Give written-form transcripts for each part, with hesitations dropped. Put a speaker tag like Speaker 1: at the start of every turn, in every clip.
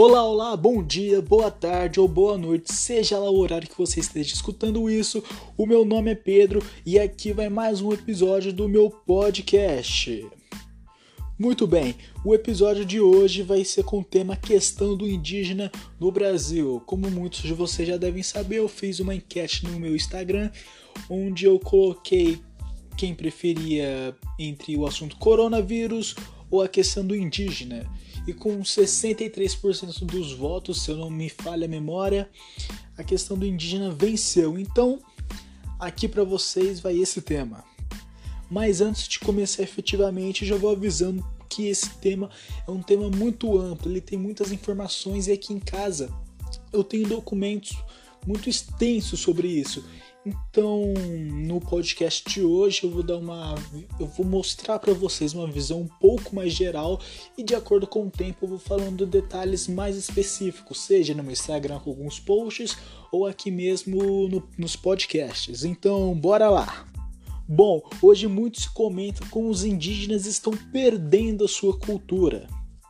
Speaker 1: Olá, olá, bom dia, boa tarde ou boa noite, seja lá o horário que você esteja escutando isso. O meu nome é Pedro e aqui vai mais um episódio do meu podcast. Muito bem, o episódio de hoje vai ser com o tema questão do indígena no Brasil. Como muitos de vocês já devem saber, eu fiz uma enquete no meu Instagram, onde eu coloquei quem preferia entre o assunto coronavírus ou a questão do indígena. E com 63% dos votos, se eu não me falha a memória, a questão do indígena venceu. Então, aqui para vocês vai esse tema. Mas antes de começar efetivamente, já vou avisando que esse tema é um tema muito amplo, ele tem muitas informações e aqui em casa eu tenho documentos muito extensos sobre isso. Então, no podcast de hoje eu vou mostrar para vocês uma visão um pouco mais geral e de acordo com o tempo eu vou falando detalhes mais específicos, seja no meu Instagram com alguns posts ou aqui mesmo nos podcasts. Então, bora lá! Bom, hoje muito se comenta como os indígenas estão perdendo a sua cultura.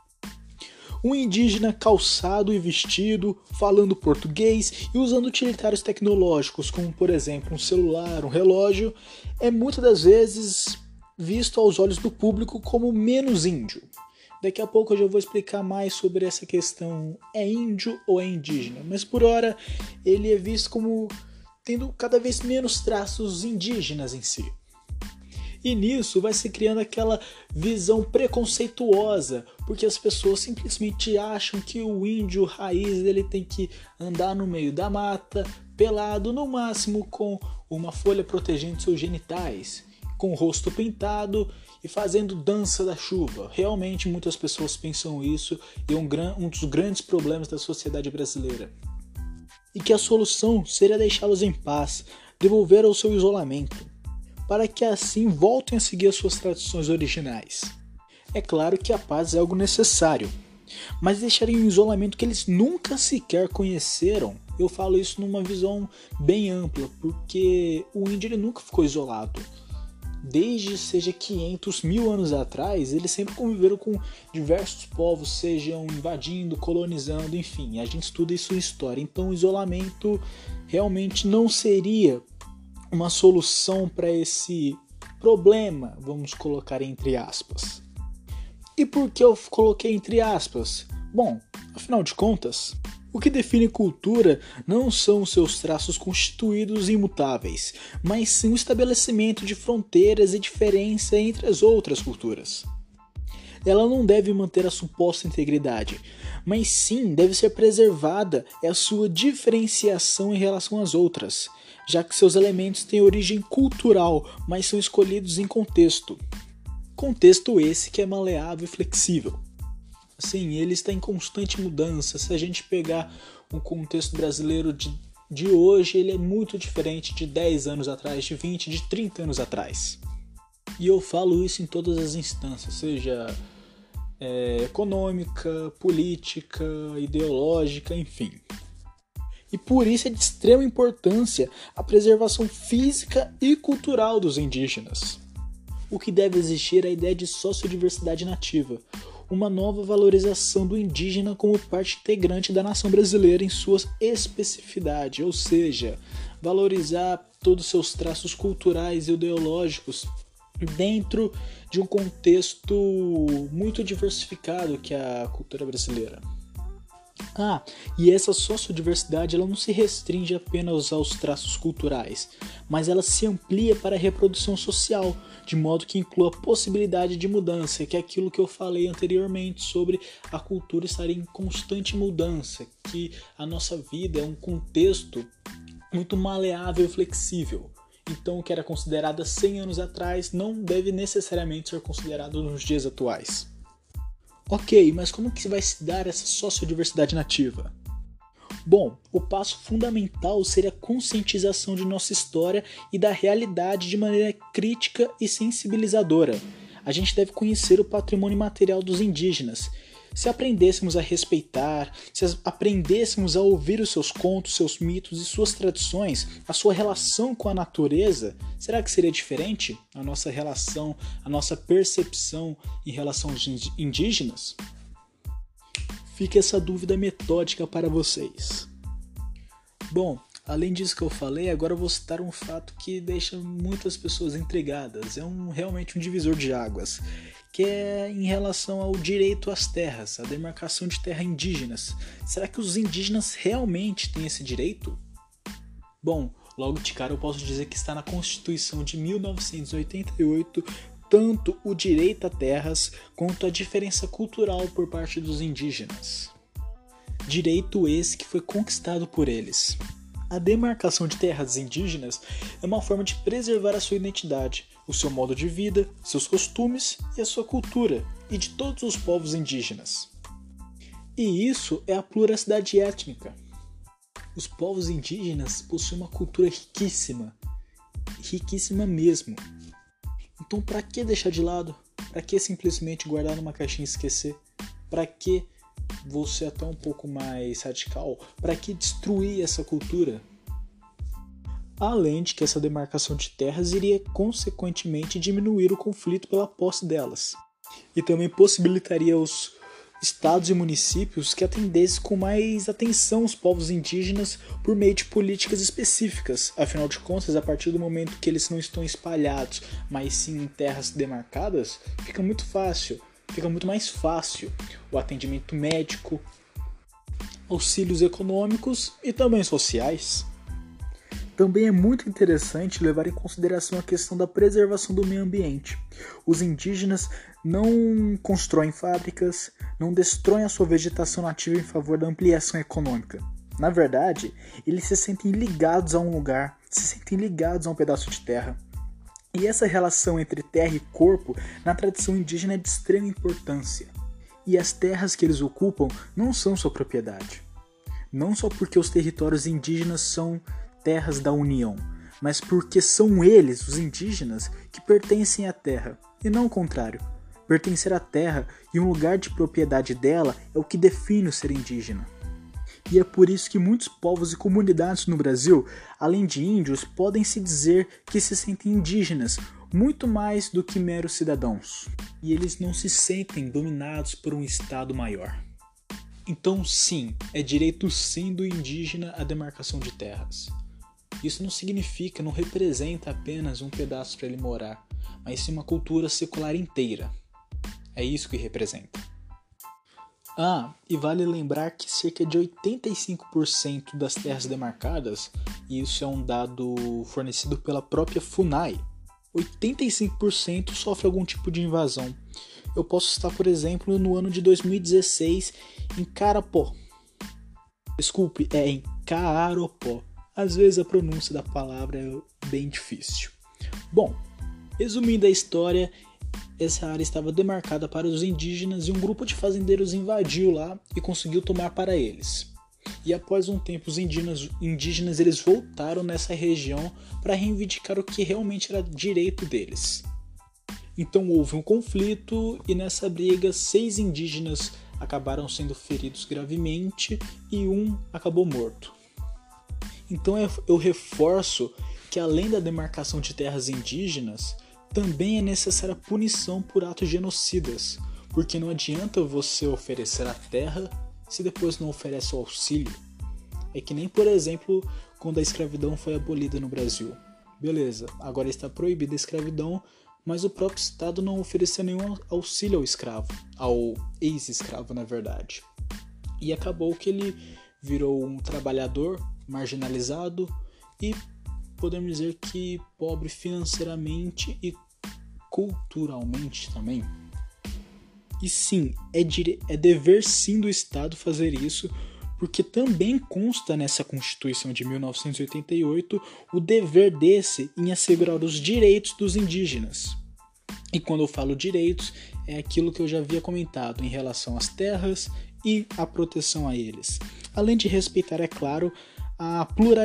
Speaker 1: Um indígena calçado e vestido, falando português e usando utilitários tecnológicos, como por exemplo um celular, um relógio, é muitas das vezes visto aos olhos do público como menos índio. Daqui a pouco eu já vou explicar mais sobre essa questão, é índio ou é indígena, mas por hora ele é visto como tendo cada vez menos traços indígenas em si. E nisso vai se criando aquela visão preconceituosa, porque as pessoas simplesmente acham que o índio raiz ele tem que andar no meio da mata, pelado, no máximo com uma folha protegendo seus genitais, com o rosto pintado e fazendo dança da chuva. Realmente muitas pessoas pensam isso e é um dos grandes problemas da sociedade brasileira. E que a solução seria deixá-los em paz, devolver ao seu isolamento, para que assim voltem a seguir as suas tradições originais. É claro que a paz é algo necessário, mas deixarem um isolamento que eles nunca sequer conheceram, eu falo isso numa visão bem ampla, porque o índio ele nunca ficou isolado. Desde seja 500 mil anos atrás, eles sempre conviveram com diversos povos, sejam invadindo, colonizando, enfim, a gente estuda isso em história. Então o isolamento realmente não seria uma solução para esse problema, vamos colocar entre aspas. E por que eu coloquei entre aspas? Bom, afinal de contas, o que define cultura não são seus traços constituídos e imutáveis, mas sim o estabelecimento de fronteiras e diferença entre as outras culturas. Ela não deve manter a suposta integridade, mas sim deve ser preservada a sua diferenciação em relação às outras, já que seus elementos têm origem cultural, mas são escolhidos em contexto. Contexto esse que é maleável e flexível. Sim, ele está em constante mudança. Se a gente pegar o contexto brasileiro de hoje, ele é muito diferente de 10 anos atrás, de 20, de 30 anos atrás. E eu falo isso em todas as instâncias, seja econômica, política, ideológica, enfim. E por isso é de extrema importância a preservação física e cultural dos indígenas. O que deve existir é a ideia de sociodiversidade nativa, uma nova valorização do indígena como parte integrante da nação brasileira em sua especificidade, ou seja, valorizar todos os seus traços culturais e ideológicos dentro de um contexto muito diversificado que é a cultura brasileira. E essa sociodiversidade ela não se restringe apenas aos traços culturais, mas ela se amplia para a reprodução social, de modo que inclua a possibilidade de mudança, que é aquilo que eu falei anteriormente sobre a cultura estar em constante mudança, que a nossa vida é um contexto muito maleável e flexível. Então o que era considerado há 100 anos atrás não deve necessariamente ser considerado nos dias atuais. Ok, mas como que vai se dar essa sociodiversidade nativa? Bom, o passo fundamental seria a conscientização de nossa história e da realidade de maneira crítica e sensibilizadora. A gente deve conhecer o patrimônio material dos indígenas. Se aprendêssemos a respeitar, se aprendêssemos a ouvir os seus contos, seus mitos e suas tradições, a sua relação com a natureza, será que seria diferente a nossa relação, a nossa percepção em relação aos indígenas? Fica essa dúvida metódica para vocês. Bom, além disso que eu falei, agora eu vou citar um fato que deixa muitas pessoas intrigadas. Realmente um divisor de águas, que é em relação ao direito às terras, a demarcação de terras indígenas. Será que os indígenas realmente têm esse direito? Bom, logo de cara eu posso dizer que está na Constituição de 1988 tanto o direito a terras quanto a diferença cultural por parte dos indígenas. Direito esse que foi conquistado por eles. A demarcação de terras indígenas é uma forma de preservar a sua identidade, o seu modo de vida, seus costumes e a sua cultura, e de todos os povos indígenas. E isso é a pluralidade étnica. Os povos indígenas possuem uma cultura riquíssima, riquíssima mesmo. Então, para que deixar de lado? Para que simplesmente guardar numa caixinha e esquecer? Para que você até um pouco mais radical? Para que destruir essa cultura? Além de que essa demarcação de terras iria consequentemente diminuir o conflito pela posse delas. E também possibilitaria os estados e municípios que atendessem com mais atenção os povos indígenas por meio de políticas específicas. Afinal de contas, a partir do momento que eles não estão espalhados, mas sim em terras demarcadas, fica muito mais fácil o atendimento médico, auxílios econômicos e também sociais. Também é muito interessante levar em consideração a questão da preservação do meio ambiente. Os indígenas não constroem fábricas, não destroem a sua vegetação nativa em favor da ampliação econômica. Na verdade, eles se sentem ligados a um lugar, se sentem ligados a um pedaço de terra. E essa relação entre terra e corpo, na tradição indígena, é de extrema importância. E as terras que eles ocupam não são sua propriedade. Não só porque os territórios indígenas são terras da União, mas porque são eles, os indígenas, que pertencem à terra, e não o contrário. Pertencer à terra e um lugar de propriedade dela é o que define o ser indígena. E é por isso que muitos povos e comunidades no Brasil, além de índios, podem se dizer que se sentem indígenas, muito mais do que meros cidadãos. E eles não se sentem dominados por um Estado maior. Então sim, é direito sim do indígena a demarcação de terras. Isso não significa, não representa apenas um pedaço para ele morar, mas sim uma cultura secular inteira. É isso que representa. E vale lembrar que cerca de 85% das terras demarcadas, e isso é um dado fornecido pela própria FUNAI, 85% sofre algum tipo de invasão. Eu posso citar, por exemplo, no ano de 2016, em Carapó. Desculpe, é em Caaropó. Às vezes a pronúncia da palavra é bem difícil. Bom, resumindo a história, essa área estava demarcada para os indígenas e um grupo de fazendeiros invadiu lá e conseguiu tomar para eles. E após um tempo, os indígenas eles voltaram nessa região para reivindicar o que realmente era direito deles. Então houve um conflito e nessa briga 6 indígenas acabaram sendo feridos gravemente e um acabou morto. Então eu reforço que além da demarcação de terras indígenas, também é necessária punição por atos genocidas, porque não adianta você oferecer a terra se depois não oferece o auxílio. É que nem, por exemplo, quando a escravidão foi abolida no Brasil. Beleza, agora está proibida a escravidão, mas o próprio Estado não ofereceu nenhum auxílio ao escravo, ao ex-escravo, na verdade. E acabou que ele virou um trabalhador marginalizado e podemos dizer que pobre financeiramente e culturalmente também. E sim, é dever sim do Estado fazer isso, porque também consta nessa Constituição de 1988 o dever desse em assegurar os direitos dos indígenas. E quando eu falo direitos, é aquilo que eu já havia comentado em relação às terras e a proteção a eles. Além de respeitar, é claro, a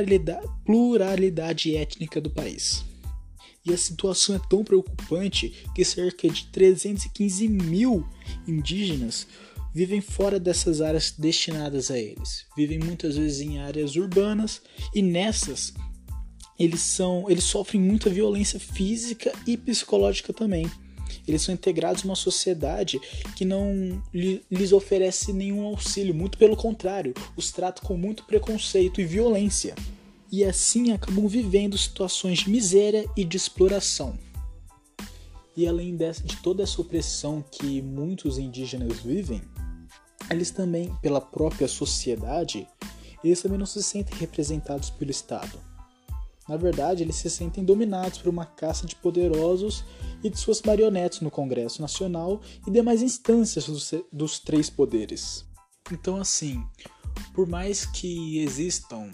Speaker 1: pluralidade étnica do país. E a situação é tão preocupante que cerca de 315 mil indígenas vivem fora dessas áreas destinadas a eles. Vivem muitas vezes em áreas urbanas e nessas eles sofrem muita violência física e psicológica também. Eles são integrados em uma sociedade que não lhes oferece nenhum auxílio, muito pelo contrário, os trata com muito preconceito e violência. E assim acabam vivendo situações de miséria e de exploração. E além de toda essa opressão que muitos indígenas vivem, eles também, pela própria sociedade, eles também não se sentem representados pelo Estado. Na verdade, eles se sentem dominados por uma casta de poderosos e de suas marionetes no Congresso Nacional e demais instâncias dos três poderes. Então, assim, por mais que existam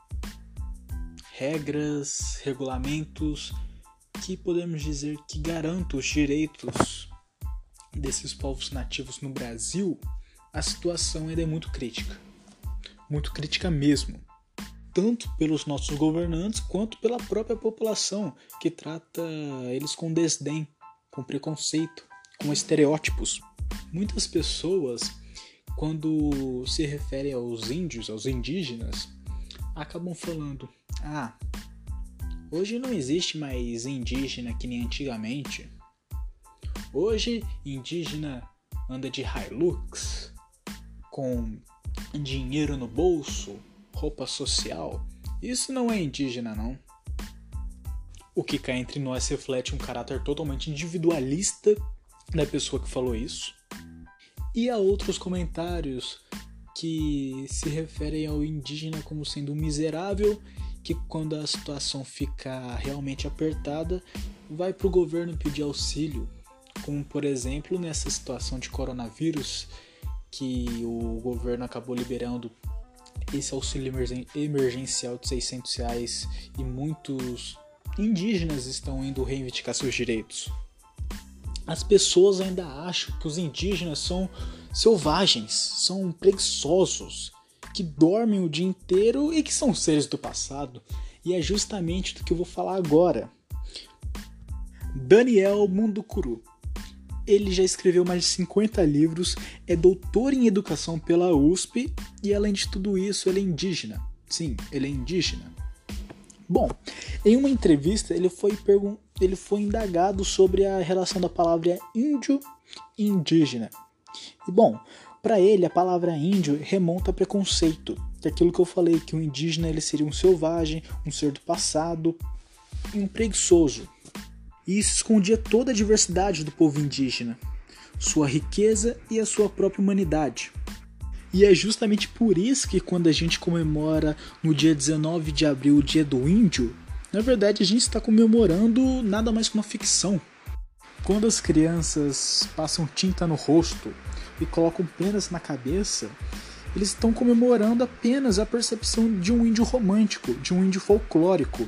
Speaker 1: regras, regulamentos que podemos dizer que garantam os direitos desses povos nativos no Brasil, a situação ainda é muito crítica mesmo. Tanto pelos nossos governantes quanto pela própria população, que trata eles com desdém, com preconceito, com estereótipos. Muitas pessoas, quando se referem aos índios, aos indígenas, acabam falando: hoje não existe mais indígena que nem antigamente. Hoje, indígena anda de Hilux, com dinheiro no bolso, roupa social. Isso não é indígena, não. O que cá entre nós reflete um caráter totalmente individualista da pessoa que falou isso. E há outros comentários que se referem ao indígena como sendo um miserável, que quando a situação fica realmente apertada, vai para o governo pedir auxílio. Como, por exemplo, nessa situação de coronavírus, que o governo acabou liberando esse auxílio emergencial de R$600 e muitos indígenas estão indo reivindicar seus direitos. As pessoas ainda acham que os indígenas são selvagens, são preguiçosos, que dormem o dia inteiro e que são seres do passado. E é justamente do que eu vou falar agora. Daniel Munducuru. Ele já escreveu mais de 50 livros, é doutor em educação pela USP e, além de tudo isso, ele é indígena. Sim, ele é indígena. Bom, em uma entrevista ele foi indagado sobre a relação da palavra índio e indígena. E bom, para ele a palavra índio remonta a preconceito, que é aquilo que eu falei, que o indígena ele seria um selvagem, um ser do passado e um preguiçoso. E isso escondia toda a diversidade do povo indígena, sua riqueza e a sua própria humanidade. E é justamente por isso que quando a gente comemora no dia 19 de abril o Dia do Índio, na verdade a gente está comemorando nada mais que uma ficção. Quando as crianças passam tinta no rosto e colocam penas na cabeça, eles estão comemorando apenas a percepção de um índio romântico, de um índio folclórico.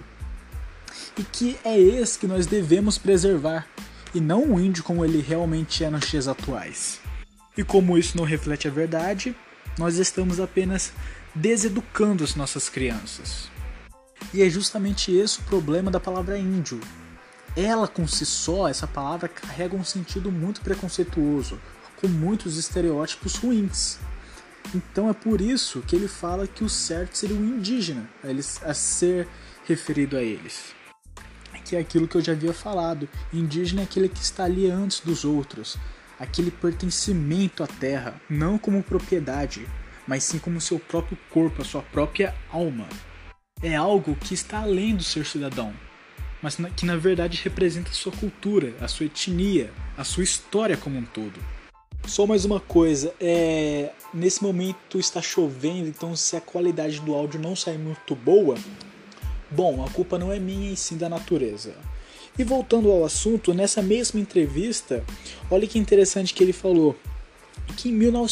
Speaker 1: E que é esse que nós devemos preservar, e não o índio como ele realmente é nos dias atuais. E como isso não reflete a verdade, nós estamos apenas deseducando as nossas crianças. E é justamente esse o problema da palavra índio. Ela, com si só, essa palavra carrega um sentido muito preconceituoso, com muitos estereótipos ruins. Então é por isso que ele fala que o certo seria o indígena, a ser referido a eles. Que é aquilo que eu já havia falado, indígena é aquele que está ali antes dos outros, aquele pertencimento à terra, não como propriedade, mas sim como seu próprio corpo, a sua própria alma. É algo que está além do ser cidadão, mas que na verdade representa a sua cultura, a sua etnia, a sua história como um todo. Só mais uma coisa, nesse momento está chovendo, então se a qualidade do áudio não sair muito boa, bom, a culpa não é minha e sim da natureza. E voltando ao assunto, nessa mesma entrevista, olha que interessante que ele falou. Que em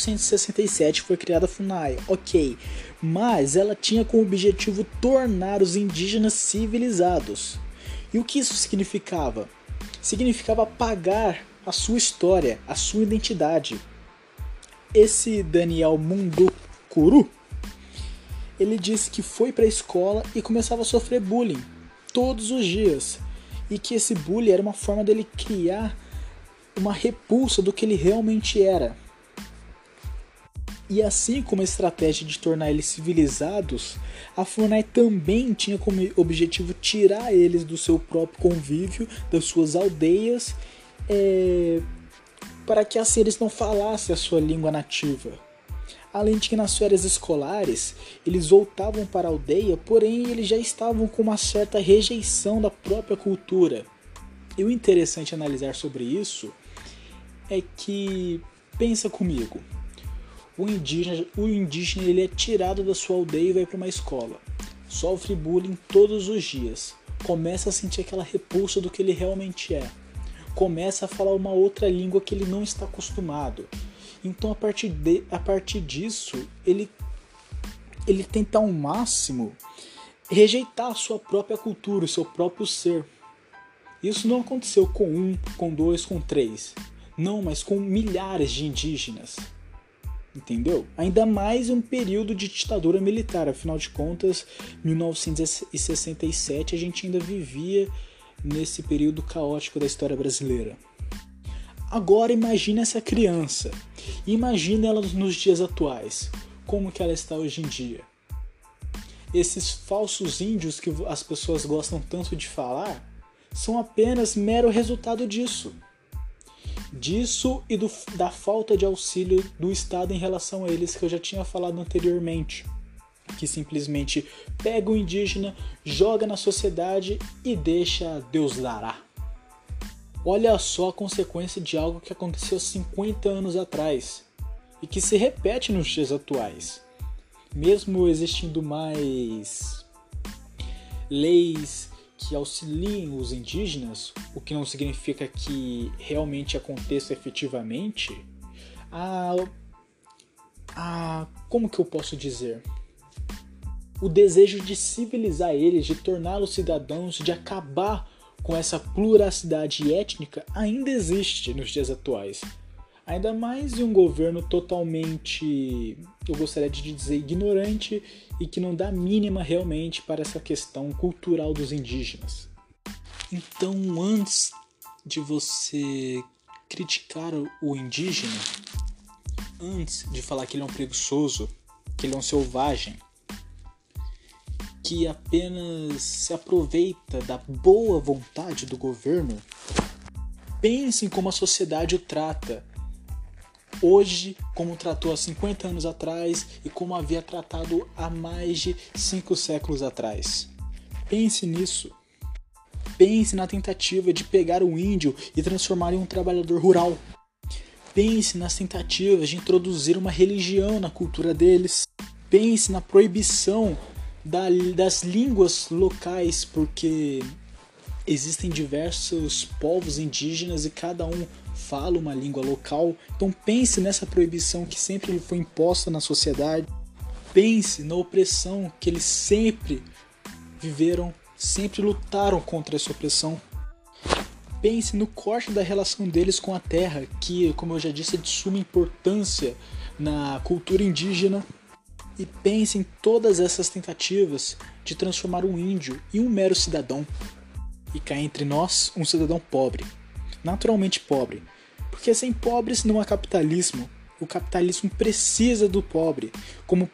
Speaker 1: 1967 foi criada a FUNAI, ok, mas ela tinha como objetivo tornar os indígenas civilizados. E o que isso significava? Significava apagar a sua história, a sua identidade. Esse Daniel Munducuru, ele disse que foi para a escola e começava a sofrer bullying todos os dias. E que esse bullying era uma forma dele criar uma repulsa do que ele realmente era. E assim como a estratégia de tornar eles civilizados, a FUNAI também tinha como objetivo tirar eles do seu próprio convívio, das suas aldeias para que assim eles não falassem a sua língua nativa. Além de que nas férias escolares eles voltavam para a aldeia, porém eles já estavam com uma certa rejeição da própria cultura. E o interessante analisar sobre isso é que, pensa comigo, o indígena ele é tirado da sua aldeia e vai para uma escola. Sofre bullying todos os dias. Começa a sentir aquela repulsa do que ele realmente é. Começa a falar uma outra língua que ele não está acostumado. Então, a partir disso, ele tenta ao máximo rejeitar a sua própria cultura, o seu próprio ser. Isso não aconteceu com um, com dois, com três. Não, mas com milhares de indígenas. Entendeu? Ainda mais em um período de ditadura militar. Afinal de contas, 1967 a gente ainda vivia nesse período caótico da história brasileira. Agora imagine essa criança. Imagine ela nos dias atuais. Como que ela está hoje em dia? Esses falsos índios que as pessoas gostam tanto de falar são apenas mero resultado disso. Disso e da falta de auxílio do Estado em relação a eles, que eu já tinha falado anteriormente. Que simplesmente pega o indígena, joga na sociedade e deixa Deus dará. Olha só a consequência de algo que aconteceu 50 anos atrás e que se repete nos dias atuais. Mesmo existindo mais leis que auxiliem os indígenas, o que não significa que realmente aconteça efetivamente, como que eu posso dizer? O desejo de civilizar eles, de torná-los cidadãos, de acabar com essa pluralidade étnica ainda existe nos dias atuais. Ainda mais em um governo totalmente, eu gostaria de dizer, ignorante e que não dá mínima realmente para essa questão cultural dos indígenas. Então, antes de você criticar o indígena, antes de falar que ele é um preguiçoso, que ele é um selvagem, que apenas se aproveita da boa vontade do governo, pense em como a sociedade o trata hoje, como tratou há 50 anos atrás e como havia tratado há mais de 5 séculos atrás. Pense nisso. Pense na tentativa de pegar o índio e transformar em um trabalhador rural. Pense nas tentativas de introduzir uma religião na cultura deles. Pense na proibição das línguas locais, porque existem diversos povos indígenas e cada um fala uma língua local. Então pense nessa proibição que sempre foi imposta na sociedade. Pense na opressão que eles sempre viveram, sempre lutaram contra essa opressão. Pense no corte da relação deles com a terra, que, como eu já disse, é de suma importância na cultura indígena. E pense em todas essas tentativas de transformar um índio em um mero cidadão. E cá entre nós, um cidadão pobre. Naturalmente pobre. Porque sem pobres não há capitalismo. O capitalismo precisa do pobre, como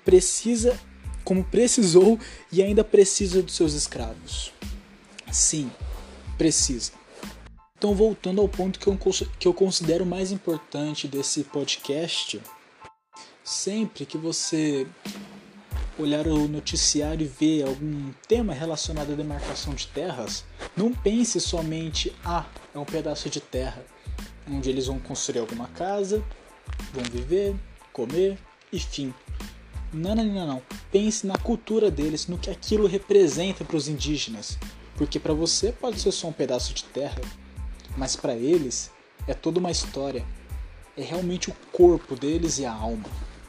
Speaker 1: precisou e ainda precisa dos seus escravos. Sim, precisa. Então, voltando ao ponto que eu considero mais importante desse podcast, sempre que você olhar o noticiário e ver algum tema relacionado à demarcação de terras, não pense somente, é um pedaço de terra, onde eles vão construir alguma casa, vão viver, comer e fim. Não. Pense na cultura deles, no que aquilo representa para os indígenas. Porque para você pode ser só um pedaço de terra, mas para eles é toda uma história. É realmente o corpo deles e a alma.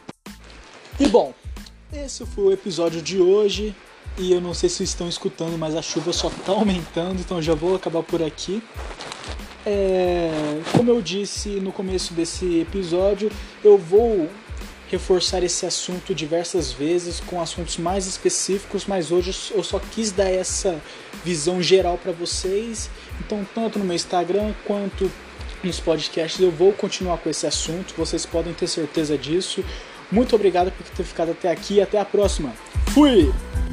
Speaker 1: E bom, esse foi o episódio de hoje. E eu não sei se vocês estão escutando, mas a chuva só está aumentando, então eu já vou acabar por aqui. Como eu disse no começo desse episódio, eu vou reforçar esse assunto diversas vezes com assuntos mais específicos, mas hoje eu só quis dar essa visão geral para vocês. Então, tanto no meu Instagram quanto nos podcasts eu vou continuar com esse assunto, vocês podem ter certeza disso. Muito obrigado por ter ficado até aqui e até a próxima. Fui!